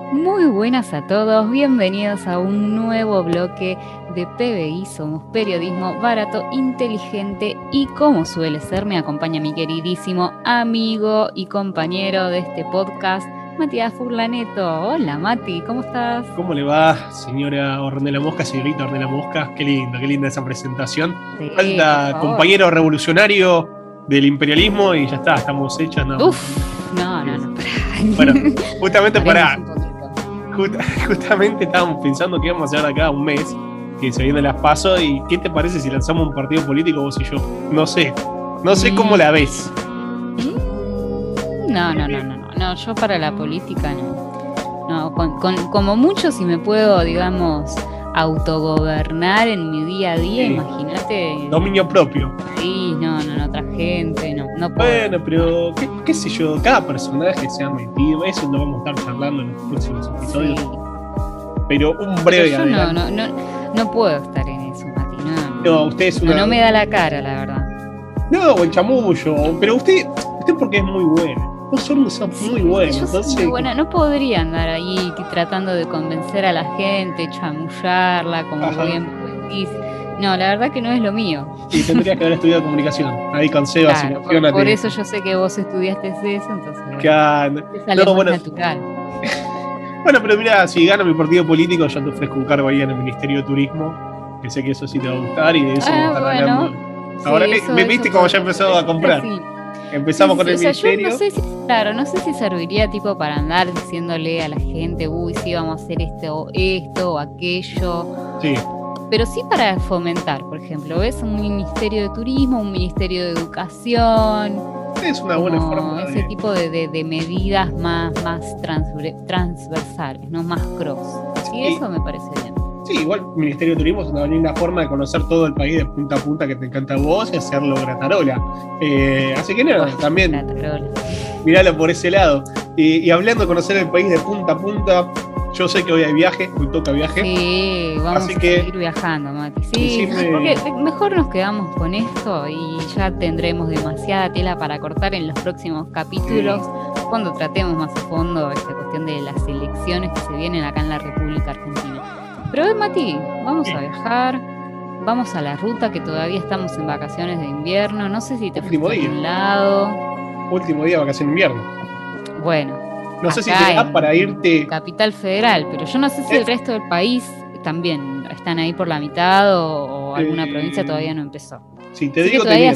Muy buenas a todos, bienvenidos a un nuevo bloque de PBI. Somos periodismo barato, inteligente y, como suele ser, me acompaña mi queridísimo amigo y compañero de este podcast, Matías Furlaneto. Hola Mati, ¿cómo estás? ¿Cómo le va, señora Ornella Mosca, señorita Ornella Mosca? Qué linda esa presentación. Sí, Falta compañero revolucionario del imperialismo y ya está, estamos hechos. No. No. Bueno, justamente justamente estábamos pensando que íbamos a hacer acá un mes, que se viene las PASO, y ¿qué te parece si lanzamos un partido político vos y yo? No sé cómo la ves. No, yo para la política no, como mucho si me puedo, digamos, autogobernar en mi día a día, sí. Imagínate. Dominio propio. Sí, no, otra gente, no puedo. Bueno, pero qué sé yo, cada personaje se ha metido, eso lo vamos a estar charlando en los próximos episodios. Sí. Pero un breve pero yo no puedo estar en eso, Mati, no, usted es una... no me da la cara, la verdad. No, o el chamullo, pero usted porque es muy buena. Vos sos muy buena. Yo soy muy buena, no podría andar ahí tratando de convencer a la gente, chamullarla, como bien decís. No, la verdad que no es lo mío. Sí, tendrías que haber estudiado comunicación. Ahí con Sebas, claro, por eso yo sé que vos estudiaste eso, entonces te sale más natural. Bueno, pero mira, si gano mi partido político, yo te ofrezco un cargo ahí en el Ministerio de Turismo, que sé que eso sí te va a gustar y de eso vamos a estar hablando. Sí, ahora me viste como ya empezó a comprar. Sí. Empezamos con el ministerio. Yo no sé si serviría tipo para andar diciéndole a la gente, sí, vamos a hacer esto o aquello. Sí. Pero sí para fomentar, por ejemplo, ¿ves? Un ministerio de turismo, un ministerio de educación. Es una buena forma. Ese tipo de medidas más transversales, no más cross. Y eso me parece bien. Sí, igual Ministerio de Turismo es una linda forma de conocer todo el país de punta a punta que te encanta a vos y hacerlo gratarola. Así que nada, también gratarola. Miralo por ese lado. Y hablando de conocer el país de punta a punta, yo sé que hoy hay viaje, hoy toca viaje. Sí, vamos a seguir viajando, Mati. Sí, porque mejor nos quedamos con esto y ya tendremos demasiada tela para cortar en los próximos capítulos, cuando tratemos más a fondo esta cuestión de las elecciones que se vienen acá en la República Argentina. Pero Mati, vamos a viajar, vamos a la ruta, que todavía estamos en vacaciones de invierno. No sé si te fuiste a algún lado. Último día de vacaciones de invierno. Bueno. No sé si te da para irte. Capital Federal, pero yo no sé si el resto del país también están ahí por la mitad o alguna provincia todavía no empezó. Sí, te digo, todavía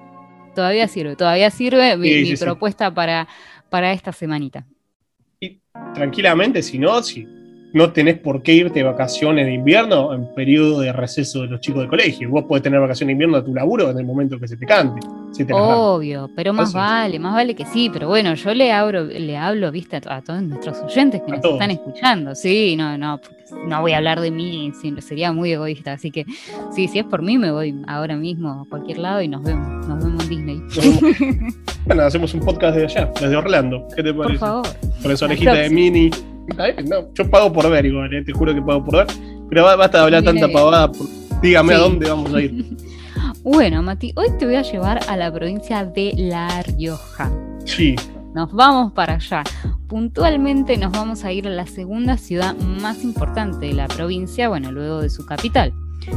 sirve mi propuesta para esta semanita. Y tranquilamente, si no tenés por qué irte de vacaciones de invierno en periodo de receso de los chicos de colegio. Vos podés tener vacaciones de invierno a tu laburo en el momento que se te cante. Obvio, pero más vale que sí. Pero bueno, yo le hablo, viste, a todos nuestros oyentes que nos están escuchando. Sí, no voy a hablar de mí, sería muy egoísta. Así que sí, si es por mí, me voy ahora mismo a cualquier lado y nos vemos en Disney. Bueno, hacemos un podcast desde allá, desde Orlando. ¿Qué te parece? Por favor. Con esa orejita de Mini. No, yo pago por ver igual, te juro que pago por ver. Pero basta de hablar tanta pavada. Dígame a dónde vamos a ir. Bueno, Mati, hoy te voy a llevar a la provincia de La Rioja. Sí. Nos vamos para allá. Puntualmente nos vamos a ir a la segunda ciudad más importante de la provincia, bueno, luego de su capital.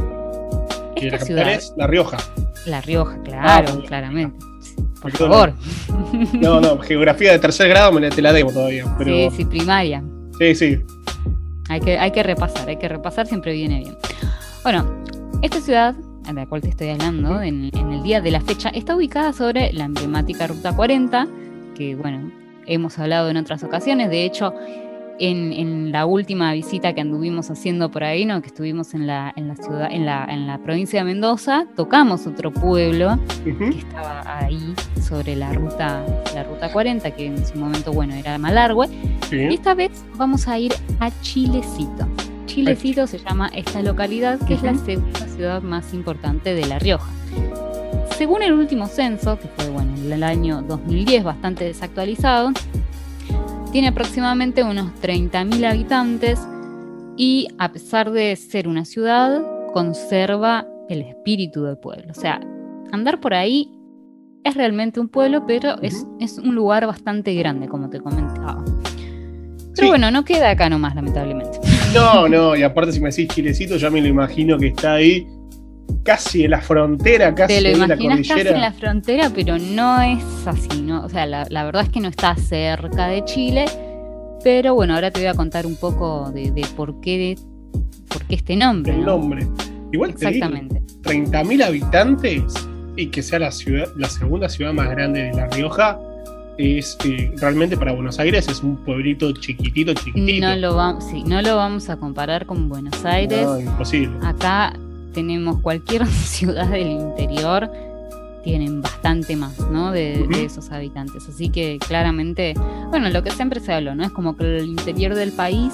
¿Y la capital es La Rioja? La Rioja, claro, claramente. Por favor. No, geografía de tercer grado te la debo todavía. Pero... Sí, primaria. Sí. Hay que repasar, siempre viene bien. Bueno, esta ciudad, de la cual te estoy hablando, en el día de la fecha, está ubicada sobre la emblemática Ruta 40, que bueno, hemos hablado en otras ocasiones. De hecho, en la última visita que anduvimos haciendo por ahí, ¿no? Que estuvimos en la ciudad, en la provincia de Mendoza, tocamos otro pueblo que estaba ahí sobre la ruta 40, que en su momento, bueno, era Malargüe. Sí. Y esta vez vamos a ir a Chilecito. Chilecito se llama esta localidad, que es la segunda ciudad más importante de La Rioja. Según el último censo, que fue en el año 2010, bastante desactualizado, tiene aproximadamente unos 30.000 habitantes y, a pesar de ser una ciudad, conserva el espíritu del pueblo. O sea, andar por ahí es realmente un pueblo, pero es un lugar bastante grande, como te comentaba. Pero bueno, no queda acá nomás, lamentablemente. No, y aparte si me decís Chilecito, ya me lo imagino que está ahí casi en la frontera, casi en la cordillera. Te lo imaginas casi en la frontera, pero no es así, ¿no? O sea, la verdad es que no está cerca de Chile, pero bueno, ahora te voy a contar un poco de por qué este nombre. El ¿no? nombre. Igual exactamente. 30.000 habitantes y que sea la segunda ciudad más grande de La Rioja, es realmente para Buenos Aires es un pueblito chiquitito. No lo vamos a comparar con Buenos Aires. No, imposible. Acá tenemos cualquier ciudad del interior, tienen bastante más, ¿no? De esos habitantes. Así que claramente, bueno, lo que siempre se habló, ¿no? Es como que el interior del país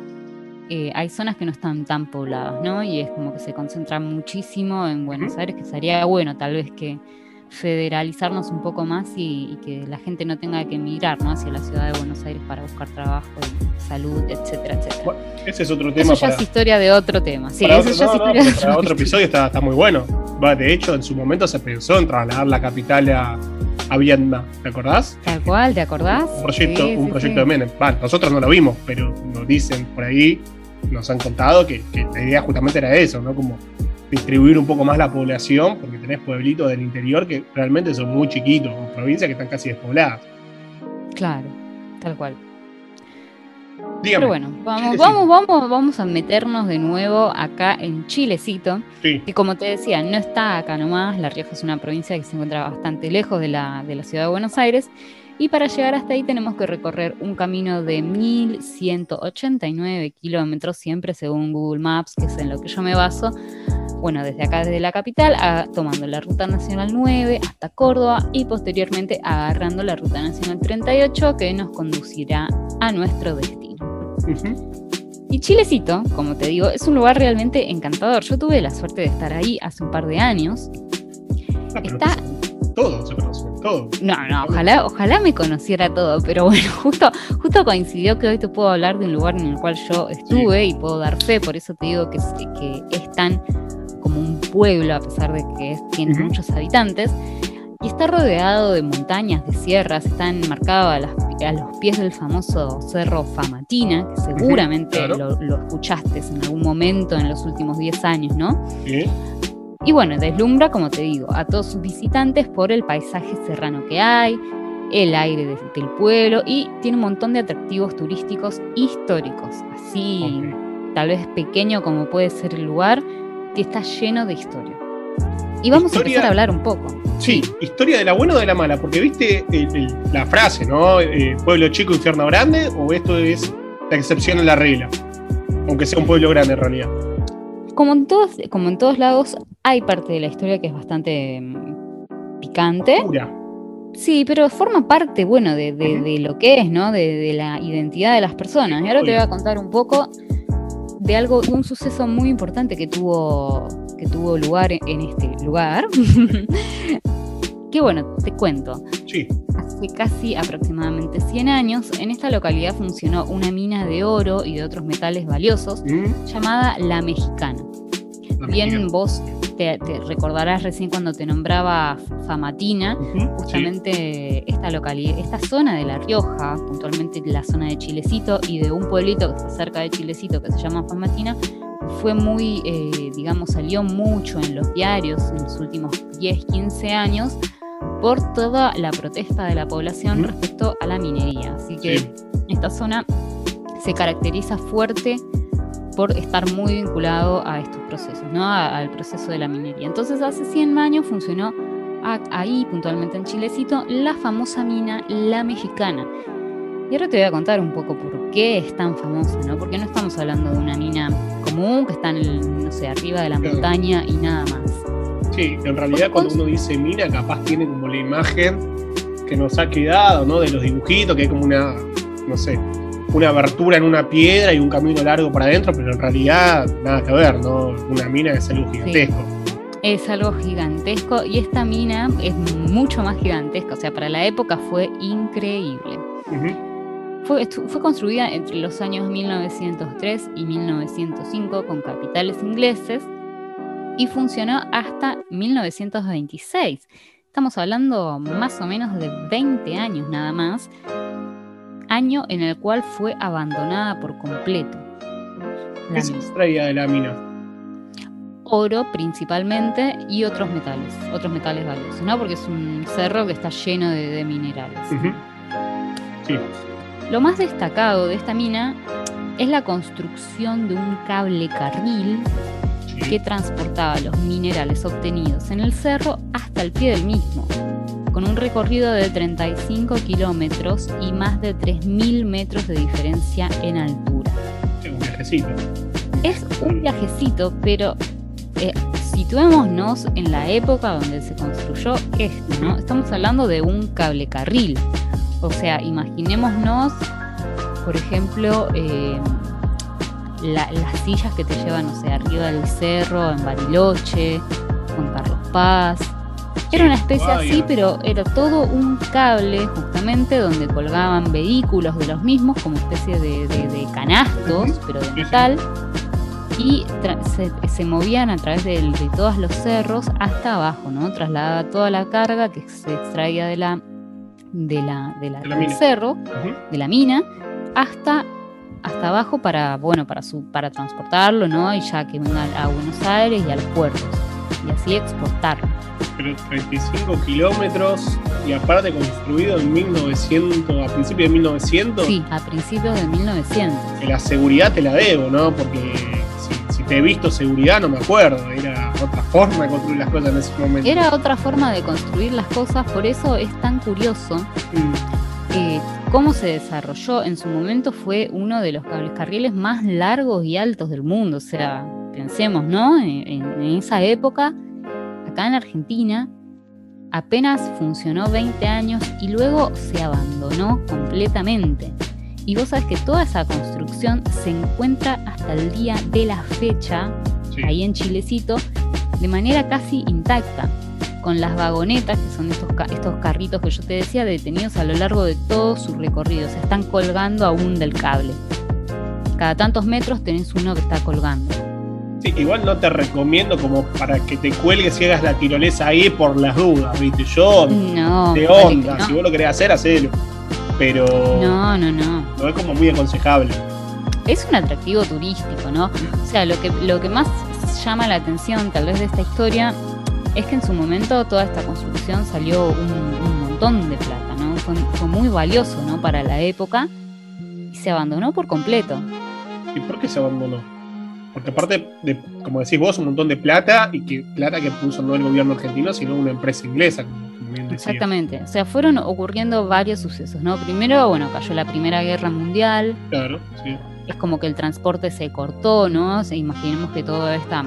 hay zonas que no están tan pobladas, ¿no? Y es como que se concentra muchísimo en Buenos Aires, que sería bueno tal vez que federalizarnos un poco más y que la gente no tenga que emigrar, ¿no? Hacia la ciudad de Buenos Aires para buscar trabajo, salud, etcétera, etcétera. Bueno, ese es otro tema. Eso ya es historia de otro tema. Sí, para eso ya es historia de para otro episodio está muy bueno. De hecho, en su momento se pensó en trasladar la capital a Vietnam, ¿te acordás? Tal cual, ¿te acordás? Un proyecto de Menem. Nosotros no lo vimos, pero nos dicen por ahí, nos han contado que la idea justamente era eso, ¿no? Como distribuir un poco más la población, porque tenés pueblitos del interior que realmente son muy chiquitos, o provincias que están casi despobladas. Claro, tal cual. Dígame, pero bueno, vamos a meternos de nuevo acá en Chilecito, que como te decía, no está acá nomás. La Rioja es una provincia que se encuentra bastante lejos de la ciudad de Buenos Aires, y para llegar hasta ahí tenemos que recorrer un camino de 1.189 kilómetros, siempre según Google Maps, que es en lo que yo me baso. Bueno, desde acá, desde la capital, tomando la Ruta Nacional 9 hasta Córdoba y posteriormente agarrando la Ruta Nacional 38, que nos conducirá a nuestro destino. Y Chilecito, como te digo, es un lugar realmente encantador. Yo tuve la suerte de estar ahí hace un par de años. Está... Todo se conoce, todo. No, ojalá me conociera todo, pero bueno, justo coincidió que hoy te puedo hablar de un lugar en el cual yo estuve y puedo dar fe, por eso te digo que es tan como un pueblo, a pesar de que tiene muchos habitantes, y está rodeado de montañas, de sierras, está enmarcado a los pies del famoso Cerro Famatina, que seguramente lo escuchaste en algún momento en los últimos 10 años, ¿no? Sí. Y bueno, deslumbra, como te digo, a todos sus visitantes por el paisaje serrano que hay, el aire del pueblo, y tiene un montón de atractivos turísticos históricos, así tal vez pequeño como puede ser el lugar, que está lleno de historia. Y vamos a empezar a hablar un poco. Sí, historia de la buena o de la mala, porque viste la frase, ¿no? Pueblo chico, infierno grande, o esto es la excepción a la regla, aunque sea un pueblo grande en realidad. Como en todos lados, hay parte de la historia que es bastante picante. Pura. Sí, pero forma parte, bueno, de lo que es, ¿no? De la identidad de las personas. Y ahora te voy a contar un poco de un suceso muy importante que tuvo lugar en este lugar. Que bueno, te cuento. Sí. Hace casi aproximadamente 100 años, en esta localidad funcionó una mina de oro y de otros metales valiosos llamada La Mexicana. Bien, vos te recordarás recién cuando te nombraba Famatina, justamente esta zona de La Rioja, puntualmente la zona de Chilecito y de un pueblito que está cerca de Chilecito que se llama Famatina, fue muy, salió mucho en los diarios en los últimos 10, 15 años por toda la protesta de la población respecto a la minería. Así que esta zona se caracteriza fuerte por estar muy vinculado a estos procesos, ¿no? Al proceso de la minería. Entonces, hace 100 años funcionó ahí, puntualmente en Chilecito, la famosa mina La Mexicana. Y ahora te voy a contar un poco por qué es tan famosa, ¿no? Porque no estamos hablando de una mina común que está arriba de la montaña y nada más. Sí, en realidad cuando uno dice mina, capaz tiene como la imagen que nos ha quedado, ¿no? De los dibujitos, que hay como una abertura en una piedra y un camino largo para adentro, pero en realidad nada que ver, ¿no? Una mina es algo gigantesco. Sí, es algo gigantesco, y esta mina es mucho más gigantesca, o sea, para la época fue increíble. Fue construida entre los años 1903 y 1905 con capitales ingleses y funcionó hasta 1926. Estamos hablando más o menos de 20 años nada más. año en el cual fue abandonada por completo. ¿Qué se extraía de la mina? Oro principalmente y otros metales valiosos, ¿no? Porque es un cerro que está lleno de minerales. Uh-huh. Sí. Lo más destacado de esta mina es la construcción de un cable carril que transportaba los minerales obtenidos en el cerro hasta el pie del mismo, con un recorrido de 35 kilómetros y más de 3.000 metros de diferencia en altura. Es un viajecito. Es un viajecito, pero situémonos en la época donde se construyó esto, ¿no? Estamos hablando de un cable carril. O sea, imaginémonos, por ejemplo, las sillas que te llevan, no sé, arriba del cerro, en Bariloche, Juan Carlos Paz. Era una especie así, pero era todo un cable justamente donde colgaban vehículos de los mismos como especie de canastos, pero de metal, y se movían a través de todos los cerros hasta abajo, ¿no? Trasladaba toda la carga que se extraía del cerro, de la mina, hasta abajo para transportarlo, ¿no? Y ya que venga a Buenos Aires y a los puertos, y así exportarlo. Pero 35 kilómetros y aparte construido en 1900, a principios de 1900. Sí, a principios de 1900. Que la seguridad te la debo, ¿no? Porque si te he visto seguridad no me acuerdo, era otra forma de construir las cosas en ese momento. Era otra forma de construir las cosas, por eso es tan curioso cómo se desarrolló. En su momento fue uno de los cablecarriles más largos y altos del mundo, o sea, pensemos, ¿no? En esa época, acá en Argentina, apenas funcionó 20 años y luego se abandonó completamente. Y vos sabés que toda esa construcción se encuentra hasta el día de la fecha, ahí en Chilecito, de manera casi intacta, con las vagonetas, que son estos carritos que yo te decía, detenidos a lo largo de todo su recorrido. Se están colgando aún del cable. Cada tantos metros tenés uno que está colgando. Sí, igual no te recomiendo como para que te cuelgues y hagas la tirolesa ahí por las dudas, ¿viste? Yo, no, de onda, no. Si vos lo querés hacer, hacelo. Pero no es como muy aconsejable. Es un atractivo turístico, ¿no? O sea, lo que más llama la atención tal vez de esta historia es que en su momento toda esta construcción salió un montón de plata, ¿no? Fue muy valioso, ¿no? Para la época, y se abandonó por completo. ¿Y por qué se abandonó? Porque aparte de, como decís vos, un montón de plata, y que plata que puso no el gobierno argentino, sino una empresa inglesa, como bien decía. Exactamente, o sea, fueron ocurriendo varios sucesos, ¿no? Primero, cayó la Primera Guerra Mundial. Claro, sí. Es como que el transporte se cortó, ¿no? O sea, imaginemos que toda esta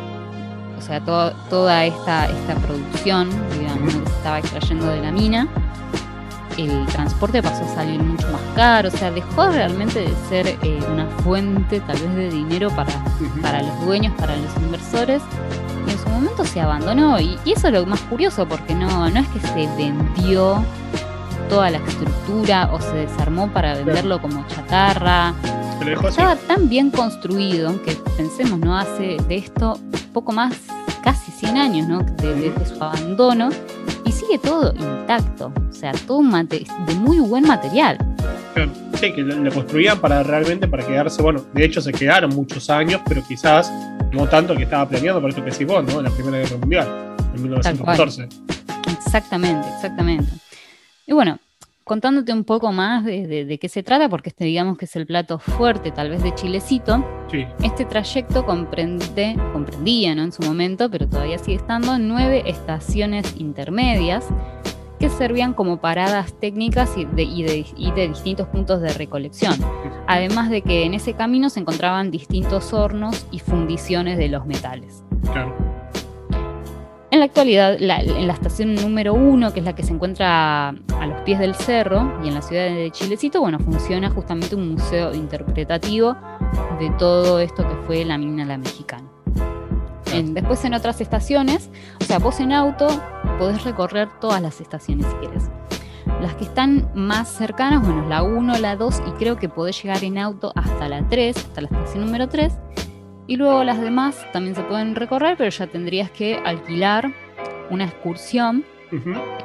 producción, digamos, que se estaba extrayendo de la mina, el transporte pasó a salir mucho más caro, o sea, dejó realmente de ser una fuente tal vez de dinero para los dueños, para los inversores, y en su momento se abandonó, y eso es lo más curioso, porque no es que se vendió toda la estructura o se desarmó para venderlo como chatarra. Estaba tan bien construido que pensemos, ¿no? Hace de esto poco más, casi 100 años, ¿no? Desde su abandono, y sigue todo intacto, o sea, todo de muy buen material. Sí, que lo construían realmente para quedarse, bueno, de hecho se quedaron muchos años, pero quizás no tanto que estaba planeando por esto que decís vos, ¿no? La Primera Guerra Mundial, en 1914. Exactamente. Y bueno, contándote un poco más de qué se trata, porque digamos que es el plato fuerte tal vez de Chilecito. Sí. Este trayecto comprendía, ¿no? En su momento, pero todavía sigue estando, 9 estaciones intermedias que servían como paradas técnicas y de distintos puntos de recolección. Además de que en ese camino se encontraban distintos hornos y fundiciones de los metales. Claro. En la actualidad, en la estación número 1, que es la que se encuentra a los pies del cerro y en la ciudad de Chilecito, funciona justamente un museo interpretativo de todo esto que fue la mina La Mexicana. Después en otras estaciones, o sea, vos en auto podés recorrer todas las estaciones si querés. Las que están más cercanas, la 1, la 2, y creo que podés llegar en auto hasta la 3, hasta la estación número 3. Y luego las demás también se pueden recorrer, pero ya tendrías que alquilar una excursión y con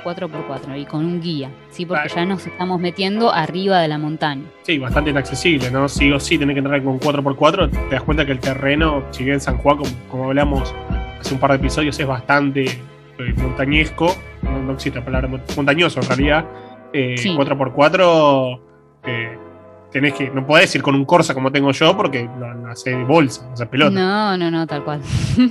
4x4 y con un guía, ¿sí? Porque ya nos estamos metiendo arriba de la montaña. Sí, bastante inaccesible, ¿no? Sí o sí tenés que entrar con 4x4, te das cuenta que el terreno, si bien San Juan, como hablamos hace un par de episodios, es bastante montañesco, no existe la palabra montañoso en realidad, sí. 4x4 tenés que, no podés ir con un Corsa como tengo yo porque no hace bolsa, no hace pelota. No, tal cual.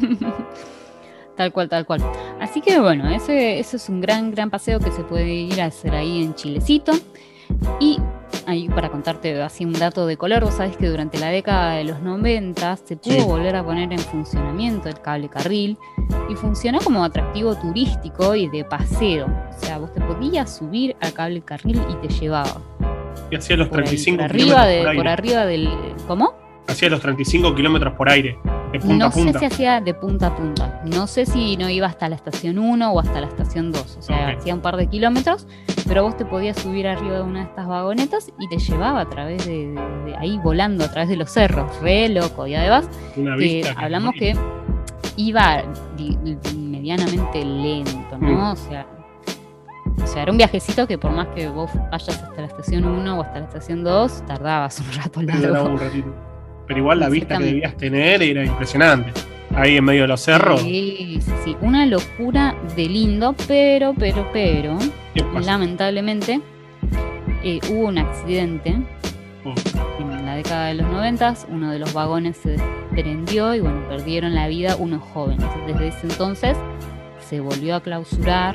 Tal cual. Así que bueno, ese es un gran paseo que se puede ir a hacer ahí en Chilecito. Y ahí para contarte así un dato de color, vos sabés que durante la década de los 90 se pudo volver a poner en funcionamiento el cable carril y funcionó como atractivo turístico y de paseo. O sea, vos te podías subir al cable carril y te llevaba. Y hacía los 35 kilómetros por arriba del... ¿Cómo? Hacía los 35 kilómetros por aire, de punta a punta. No sé si hacía de punta a punta. No sé si no iba hasta la estación 1 o hasta la estación 2. O sea, hacía un par de kilómetros, pero vos te podías subir arriba de una de estas vagonetas y te llevaba a través de ahí volando, a través de los cerros. Re loco. Y además, hablamos que iba medianamente lento, ¿no? O sea, era un viajecito que por más que vos vayas hasta la estación 1 o hasta la estación 2, tardabas un rato largo. Un ratito. Pero igual la vista que debías tener era impresionante. Ahí en medio de los cerros. Sí. Una locura de lindo, pero lamentablemente hubo un accidente en la década de los 90. Uno de los vagones se desprendió y bueno, perdieron la vida unos jóvenes. Desde ese entonces se volvió a clausurar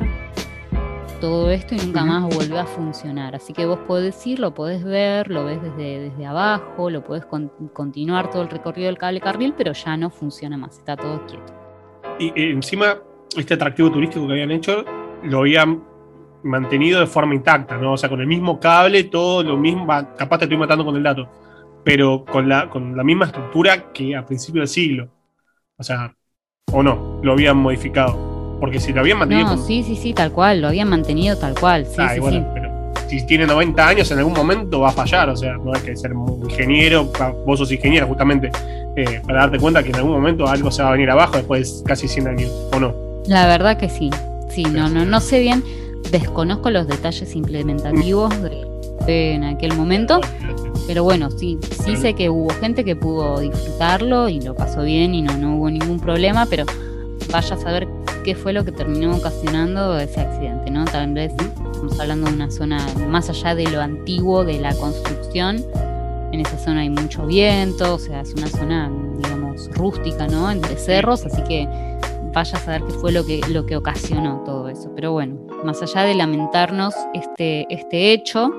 todo esto y nunca más volvió a funcionar. Así que vos podés ir, lo podés ver, lo ves desde abajo, lo podés continuar todo el recorrido del cable carril, pero ya no funciona más, está todo quieto. Y encima, este atractivo turístico que habían hecho, lo habían mantenido de forma intacta, ¿no? O sea, con el mismo cable, todo lo mismo, capaz te estoy matando con el dato, pero con la misma estructura que a principios del siglo. O sea, o no, lo habían modificado. Porque si lo habían mantenido... No, sí, tal cual, lo habían mantenido tal cual. Sí, bueno, pero si tiene 90 años, en algún momento va a fallar. O sea, no hay que ser un ingeniero, vos sos ingeniero justamente, para darte cuenta que en algún momento algo se va a venir abajo después de casi 100 años, ¿o no? La verdad que sí. Sí, no sé bien, desconozco los detalles implementativos en aquel momento, pero bueno, sí sé que hubo gente que pudo disfrutarlo y lo pasó bien y no hubo ningún problema, pero vaya a saber qué fue lo que terminó ocasionando ese accidente, ¿no? Tal vez estamos hablando de una zona más allá de lo antiguo de la construcción. En esa zona hay mucho viento, o sea, es una zona, digamos, rústica, ¿no? Entre cerros, así que vaya a saber qué fue lo que ocasionó todo eso. Pero bueno, más allá de lamentarnos este hecho,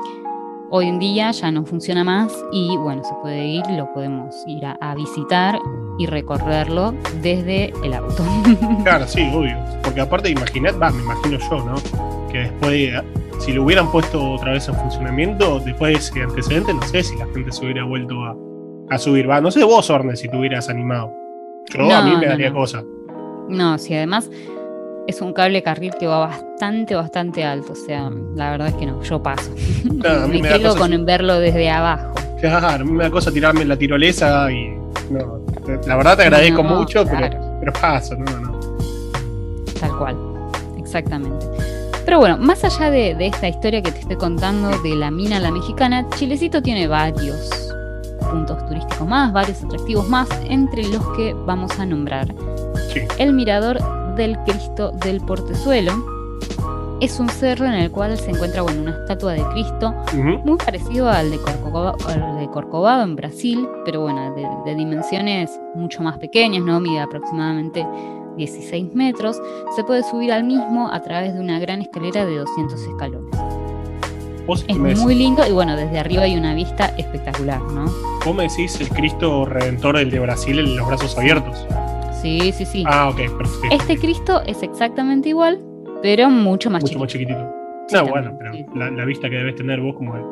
hoy en día ya no funciona más y bueno, se puede ir, lo podemos ir a visitar y recorrerlo desde el auto. Claro, sí, obvio. Porque aparte, me imagino yo, ¿no? Que después, si lo hubieran puesto otra vez en funcionamiento, después de ese antecedente, no sé si la gente se hubiera vuelto a subir. No sé vos, Orne, si te hubieras animado. A mí me daría cosa. No, sí, además es un cable carril que va bastante alto. O sea, la verdad es que no, yo paso. Claro, me quedo con verlo desde abajo. Claro, a mí me da cosa tirarme la tirolesa y... No, la verdad te agradezco mucho, claro. pero paso, no. Tal cual, exactamente. Pero bueno, más allá de esta historia que te estoy contando de la mina La Mexicana, Chilecito tiene varios puntos turísticos más, varios atractivos más, entre los que vamos a nombrar. Sí. El Mirador del Cristo del Portezuelo es un cerro en el cual se encuentra una estatua de Cristo muy parecido al de Corcovado en Brasil, pero bueno, de dimensiones mucho más pequeñas, ¿no? Mide aproximadamente 16 metros. Se puede subir al mismo a través de una gran escalera de 200 escalones. Es muy lindo y bueno, desde arriba hay una vista espectacular, ¿no? ¿Vos me decís el Cristo Redentor, el de Brasil, en los brazos abiertos? Sí. Ok, perfecto. Este Cristo es exactamente igual, pero mucho más chiquitito. No, bueno, pero sí. La vista que debes tener vos, como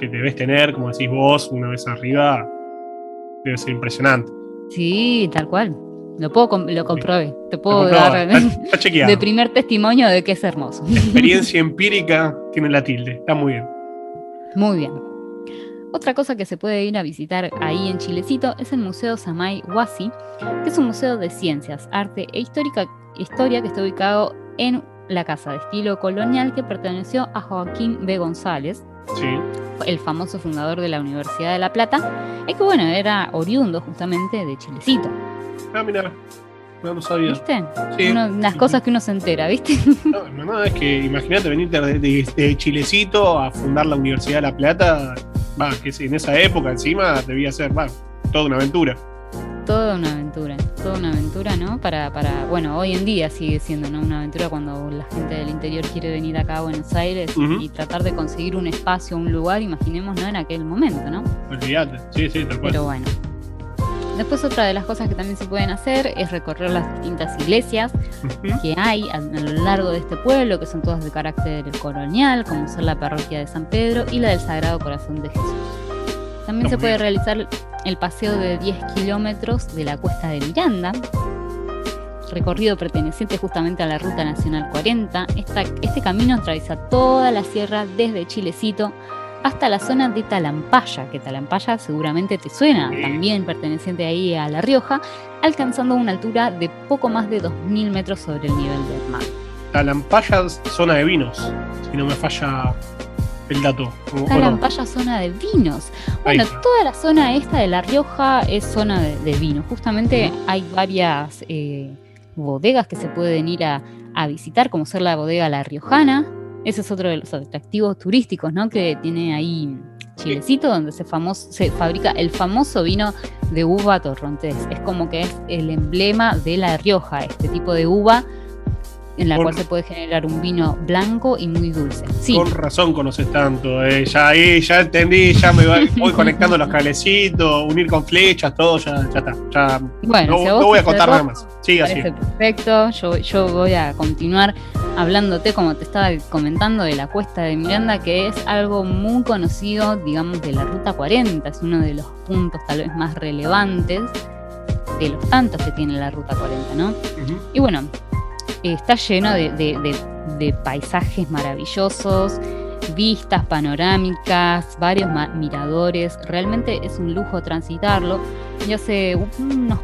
decís vos, una vez arriba, debe ser impresionante. Sí, tal cual. Lo comprobé. Te puedo dar de primer testimonio de que es hermoso. Experiencia empírica tiene la tilde. Está muy bien. Muy bien. Otra cosa que se puede ir a visitar ahí en Chilecito es el Museo Samay Huasi, que es un museo de ciencias, arte e historia que está ubicado en la casa de estilo colonial que perteneció a Joaquín B. González, Sí. el famoso fundador de la Universidad de La Plata, y que bueno, era oriundo justamente de Chilecito. Ah, mira, no sabía. ¿Viste? Sí. Las cosas que uno se entera, ¿viste? No, es que imagínate venirte de Chilecito a fundar la Universidad de La Plata, que en esa época encima debía ser, toda una aventura. Toda una aventura, ¿no? Bueno, hoy en día sigue siendo, ¿no?, una aventura cuando la gente del interior quiere venir acá a Buenos Aires y tratar de conseguir un espacio, un lugar, imaginemos, ¿no?, en aquel momento, ¿no? Olvídate, sí, tal cual. Pero bueno. Después otra de las cosas que también se pueden hacer es recorrer las distintas iglesias que hay a lo largo de este pueblo, que son todas de carácter colonial, como ser la parroquia de San Pedro y la del Sagrado Corazón de Jesús. También se puede realizar el paseo de 10 kilómetros de la Cuesta de Miranda, recorrido perteneciente justamente a la Ruta Nacional 40. Este camino atraviesa toda la sierra desde Chilecito hasta la zona de Talampaya, que Talampaya seguramente te suena, también perteneciente ahí a La Rioja, alcanzando una altura de poco más de 2.000 metros sobre el nivel del mar. Talampaya, zona de vinos, si no me falla el dato. Talampaya, zona de vinos. Bueno, toda la zona esta de La Rioja es zona de vino. Justamente hay varias bodegas que se pueden ir a visitar, como ser la bodega La Riojana. Ese es otro de los atractivos turísticos, ¿no?, que tiene ahí Chilecito, donde se fabrica el famoso vino de uva torrontés. Es como que es el emblema de La Rioja, este tipo de uva en la cual se puede generar un vino blanco y muy dulce. Sí. Con razón conoces tanto, ya entendí, ya me voy conectando los cablecitos, unir con flechas, todo, ya está. Bueno, no voy a contar nada más. Sigue así. Perfecto, yo voy a continuar hablándote, como te estaba comentando, de la Cuesta de Miranda, que es algo muy conocido, digamos, de la Ruta 40, es uno de los puntos tal vez más relevantes de los tantos que tiene la Ruta 40, ¿no? Y bueno, está lleno de paisajes maravillosos, vistas panorámicas, varios miradores. Realmente es un lujo transitarlo. Y hace unos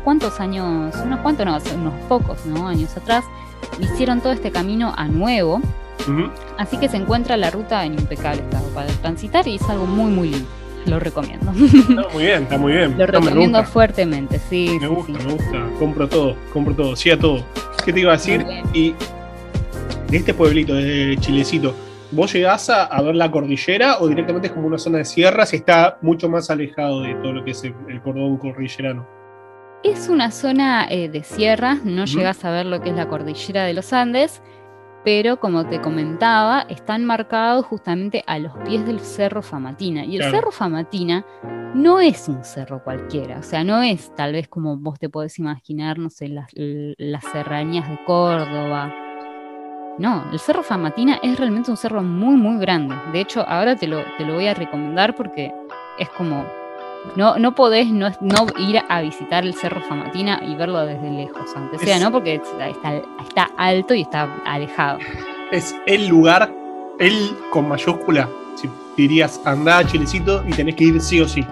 pocos, ¿no?, años atrás, hicieron todo este camino a nuevo. Así que se encuentra la ruta en impecable estado para transitar y es algo muy, muy lindo. Lo recomiendo. No, muy bien, está muy bien. Lo recomiendo fuertemente, sí. Me gusta. Compro todo, sí a todo. ¿Qué te iba a decir? Y de este pueblito, de Chilecito, ¿vos llegás a ver la cordillera o directamente es como una zona de sierras y está mucho más alejado de todo lo que es el cordón cordillerano? Es una zona de sierras, no llegás a ver lo que es la cordillera de los Andes, pero como te comentaba, están marcados justamente a los pies del Cerro Famatina. Y el Cerro Famatina no es un cerro cualquiera, o sea, no es tal vez como vos te podés imaginar, no sé, las serranías de Córdoba. No, el Cerro Famatina es realmente un cerro muy, muy grande. De hecho, ahora te lo voy a recomendar porque es como... No podés no ir a visitar el Cerro Famatina y verlo desde lejos, aunque sea, ¿no? Porque está alto y está alejado. Es el lugar, con mayúscula, si dirías, andá a Chilecito y tenés que ir sí o sí.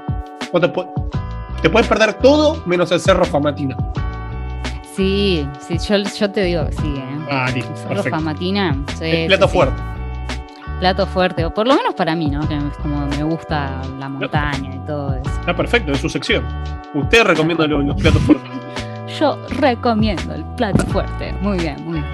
Te puedes perder todo menos el Cerro Famatina. Sí, yo te digo que sí, ¿eh? Listo, el Cerro perfecto. Famatina. El plato fuerte. Plato fuerte, o por lo menos para mí, ¿no? Que es como me gusta la montaña y todo eso. Está perfecto, es su sección. Usted recomienda los platos fuertes. Yo recomiendo el plato fuerte. Muy bien, muy bien.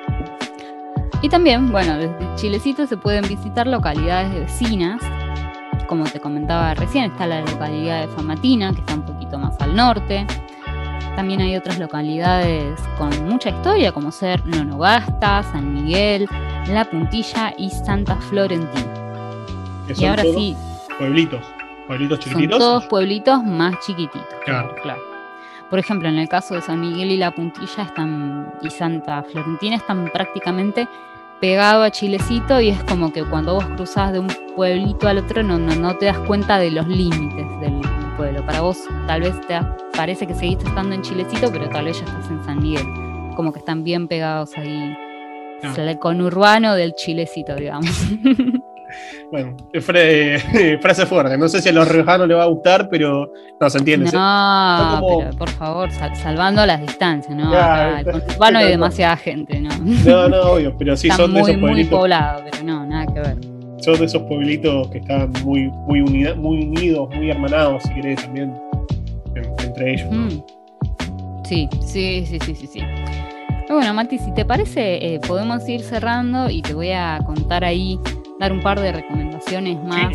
Y también, bueno, desde Chilecito se pueden visitar localidades vecinas. Como te comentaba recién, está la localidad de Famatina, que está un poquito más al norte. También hay otras localidades con mucha historia, como ser Nonogasta, San Miguel, La Puntilla y Santa Florentina. Y ahora sí. Pueblitos chiquititos. Son todos pueblitos más chiquititos. Claro. Por ejemplo, en el caso de San Miguel y La Puntilla y Santa Florentina están prácticamente pegados a Chilecito y es como que cuando vos cruzás de un pueblito al otro no te das cuenta de los límites del pueblo. Para vos tal vez te parece que seguiste estando en Chilecito, pero tal vez ya estás en San Miguel. Como que están bien pegados ahí. El conurbano del Chilecito, digamos. Bueno, frase fuerte. No sé si a los riojanos les va a gustar, pero no se entiende. No, como... pero por favor, salvando las distancias, ¿no? Acá, el conurbano hay demasiada gente, ¿no? No, obvio, pero sí, están son de esos pueblitos. Muy poblados, pero no, nada que ver. Son de esos pueblitos que están muy unidos, muy hermanados, si querés, también entre ellos, ¿no? Sí. Bueno, Mati, si te parece, podemos ir cerrando y te voy a contar ahí, dar un par de recomendaciones más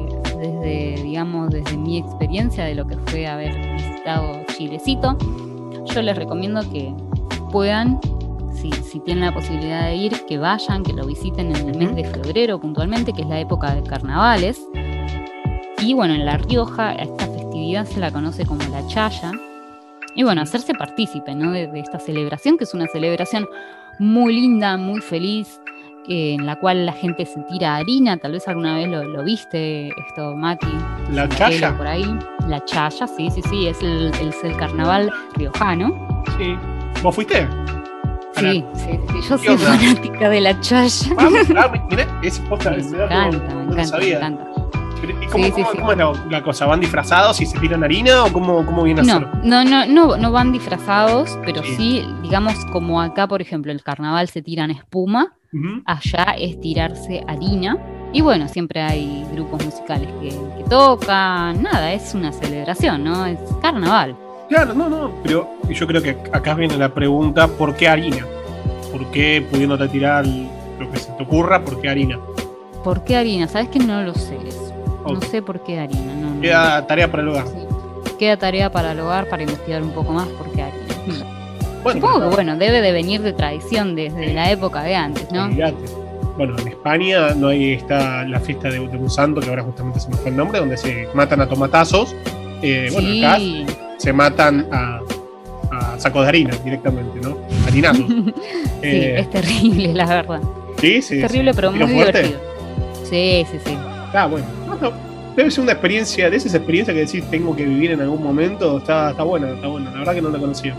desde mi experiencia de lo que fue haber visitado Chilecito. Yo les recomiendo que puedan, si tienen la posibilidad de ir, que vayan, que lo visiten en el mes de febrero puntualmente, que es la época de carnavales. Y bueno, en La Rioja esta festividad se la conoce como la Chaya. Y bueno, hacerse partícipe, ¿no? de esta celebración, que es una celebración muy linda, muy feliz, en la cual la gente se tira harina. Tal vez alguna vez lo viste, esto, Mati. ¿La Chaya? Por ahí. La Chaya, sí, es el carnaval riojano. Sí. ¿Vos fuiste? Sí, yo soy fanática de la Chaya. Mirá, ese posta me encanta. ¿Y cómo es la cosa? ¿Van disfrazados y se tiran harina o cómo viene a ser? No van disfrazados, pero sí, digamos, como acá, por ejemplo, el carnaval se tiran espuma, allá es tirarse harina. Y bueno, siempre hay grupos musicales que tocan, nada, es una celebración, ¿no? Es carnaval. Claro, pero yo creo que acá viene la pregunta, ¿por qué harina? ¿Por qué pudiéndote tirar lo que se te ocurra, por qué harina? ¿Por qué harina? ¿Sabes que no lo sé eso? No sé por qué harina. Queda tarea para el hogar. Sí. Queda tarea para el hogar, para investigar un poco más por qué harina. Bueno, supongo que debe de venir de tradición desde la época de antes, ¿no? Bueno, en España está la fiesta de un santo, que ahora justamente se me fue el nombre, donde se matan a tomatazos. Bueno, acá se matan a sacos de harina directamente, ¿no? Harinazos. Es terrible, la verdad. Sí. Es terrible, pero muy divertido. Sí. Bueno. Debe ser una experiencia, de esas experiencias que decís tengo que vivir en algún momento. Está buena. La verdad que no la conocía.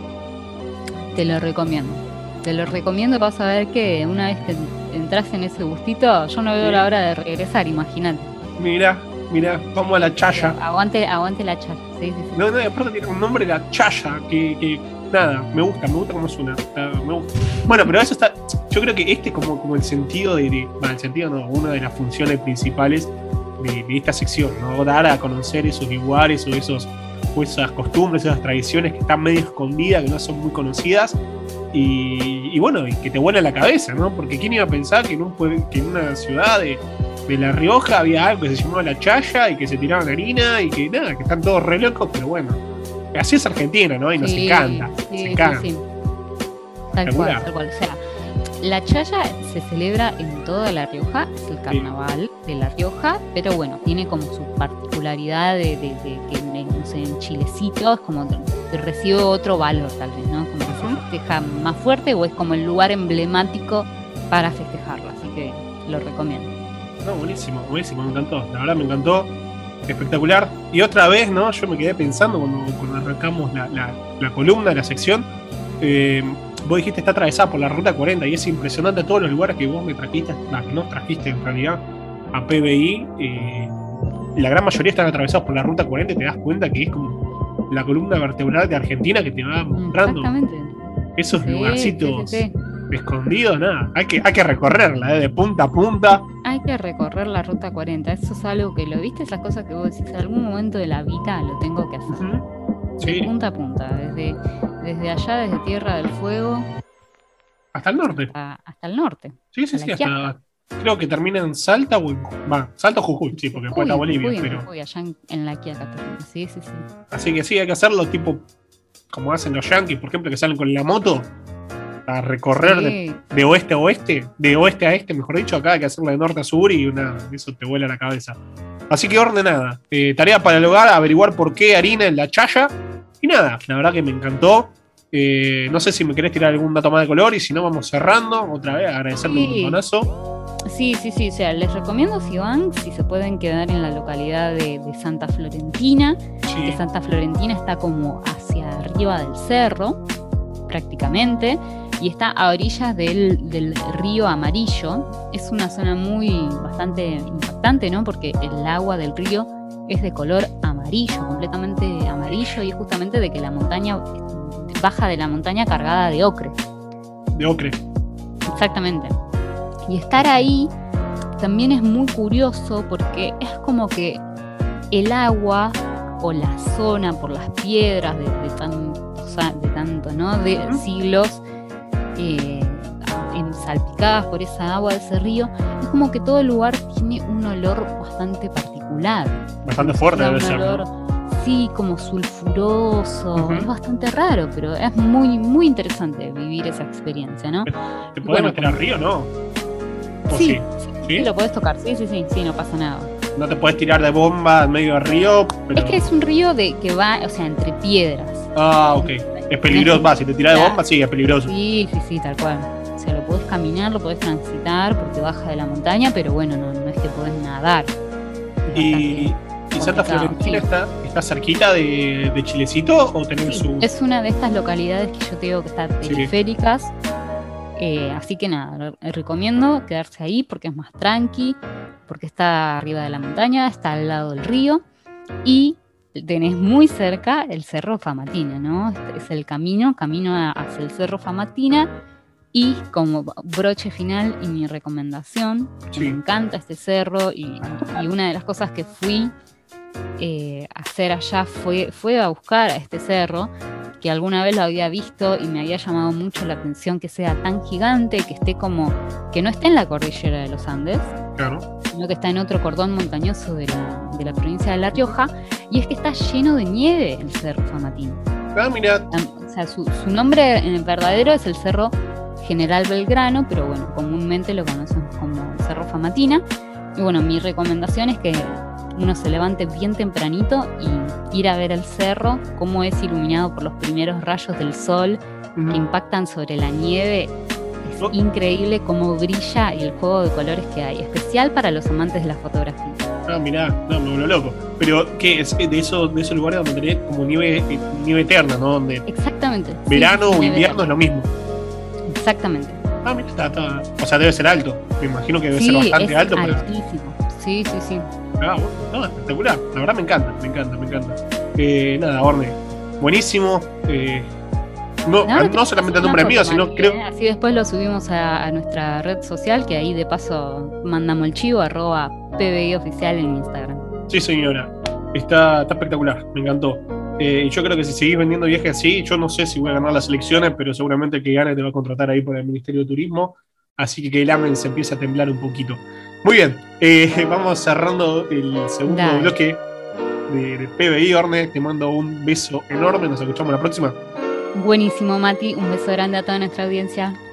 Te lo recomiendo. Vas a ver que una vez que entras en ese gustito, yo no veo la hora de regresar, imagínate. Mira, vamos a la Chaya. Aguante la Chaya. Sí. No, aparte tiene un nombre, la Chaya, que nada, me gusta cómo suena. Me gusta. Bueno, pero eso está. Yo creo que este es como el sentido una de las funciones principales de esta sección, ¿no? Dar a conocer esos lugares o esas costumbres, esas tradiciones que están medio escondidas, que no son muy conocidas. Y bueno, y que te vuela la cabeza, ¿no? Porque ¿quién iba a pensar que en una ciudad de La Rioja había algo que se llamaba la Chaya y que se tiraban harina y que nada, que están todos re locos, pero bueno. Así es Argentina, ¿no? Y nos encanta. Sí. Tal cual. O sea, la Chaya se celebra en toda La Rioja, es el carnaval de La Rioja, pero bueno, tiene como su particularidad de que no sé, en Chilecito es como que recibe otro valor tal vez, ¿no? Como que se festeja más fuerte o es como el lugar emblemático para festejarlo, así que lo recomiendo. No, buenísimo, me encantó, la verdad me encantó, espectacular. Y otra vez, ¿no? Yo me quedé pensando cuando arrancamos la columna, la sección, vos dijiste está atravesada por la Ruta 40 y es impresionante todos los lugares que vos me trajiste, que nos trajiste en realidad a PBI, y la gran mayoría están atravesados por la Ruta 40 y te das cuenta que es como la columna vertebral de Argentina que te va mostrando esos lugarcitos escondidos, nada. Hay que recorrerla, de punta a punta. Hay que recorrer la Ruta 40, eso es algo que lo viste, esas cosas que vos decís, en algún momento de la vida lo tengo que hacer. De punta a punta, desde allá, desde Tierra del Fuego hasta el norte. Hasta el norte. Sí, hasta creo que termina en Salta Salta o Jujuy, sí, porque después está Bolivia. Jujuy, allá en La Quiaca termina. Sí. Así que sí, hay que hacerlo tipo como hacen los yankees, por ejemplo, que salen con la moto a recorrer de oeste a oeste, de oeste a este, mejor dicho. Acá hay que hacerlo de norte a sur y eso te vuela la cabeza. Así que ordenada. Tarea para el hogar, averiguar por qué harina en la Chaya. Y nada, la verdad que me encantó. No sé si me querés tirar algún dato más de color y si no vamos cerrando. Otra vez, agradecerte un montonazo. Sí, o sea, les recomiendo si se pueden quedar en la localidad de Santa Florentina, que Santa Florentina está como hacia arriba del cerro, prácticamente. y está a orillas del río Amarillo. Es una zona bastante impactante, ¿no? Porque el agua del río es de color amarillo, completamente amarillo, y es justamente de que la montaña baja de la montaña cargada de ocre. De ocre. Exactamente. Y estar ahí también es muy curioso porque es como que el agua o la zona por las piedras de tanto, ¿no? De siglos salpicadas por esa agua de ese río, es como que todo el lugar tiene un olor bastante particular. Bastante fuerte debe ser, olor, ¿no? Sí, como sulfuroso. Es bastante raro, pero es muy, muy interesante vivir esa experiencia, ¿no? ¿Te podés meter al río, no? Sí, lo podés tocar, sí, no pasa nada. No te podés tirar de bomba en medio del río, pero... Es que es un río que va, o sea, entre piedras. Ah, ok. Es peligroso, si te tirás de bomba, sí, es peligroso. Sí, tal cual. O sea, lo podés caminar, lo podés transitar porque baja de la montaña, pero bueno, no es que podés nadar. ¿Y Santa Florentina está cerquita de Chilecito o tenés su...? Es una de estas localidades que yo te digo que está periféricas. Así que nada, recomiendo quedarse ahí porque es más tranqui, porque está arriba de la montaña, está al lado del río y tenés muy cerca el Cerro Famatina, ¿no? Es el camino hacia el Cerro Famatina. Y como broche final y mi recomendación, me encanta este cerro y una de las cosas que fui a hacer allá fue a buscar a este cerro, que alguna vez lo había visto y me había llamado mucho la atención que sea tan gigante, que no esté en la cordillera de los Andes, claro, sino que está en otro cordón montañoso de la provincia de La Rioja, y es que está lleno de nieve el Cerro Famatina. Ah, mira. O sea, su nombre en el verdadero es el Cerro General Belgrano, pero bueno, comúnmente lo conocemos como el Cerro Famatina. Y bueno, mi recomendación es que uno se levante bien tempranito y ir a ver el cerro, cómo es iluminado por los primeros rayos del sol que impactan sobre la nieve. Es increíble cómo brilla y el juego de colores que hay, especial para los amantes de la fotografía. Ah, mirá, no, me voló loco. Pero, ¿qué es? De esos lugares donde tenés como nieve eterna, ¿no? Donde exactamente. Verano o invierno es lo mismo. Exactamente. Ah, mira, está. O sea, debe ser alto. Me imagino que debe ser bastante alto. Sí, altísimo. Sí. Ah, bueno, no, espectacular. La verdad me encanta. Nada, Orne. Buenísimo. No solamente el nombre mío, sino creo... Así después lo subimos a nuestra red social, que ahí de paso mandamos el chivo, @PBI oficial en Instagram. Sí, señora. Está espectacular, me encantó. Y yo creo que si seguís vendiendo viajes así, yo no sé si voy a ganar las elecciones, pero seguramente el que gane te va a contratar ahí por el Ministerio de Turismo. Así que el AMEN se empieza a temblar un poquito. Muy bien, vamos cerrando el segundo bloque de PBI, Orne. Te mando un beso enorme, nos escuchamos la próxima. Buenísimo, Mati. Un beso grande a toda nuestra audiencia.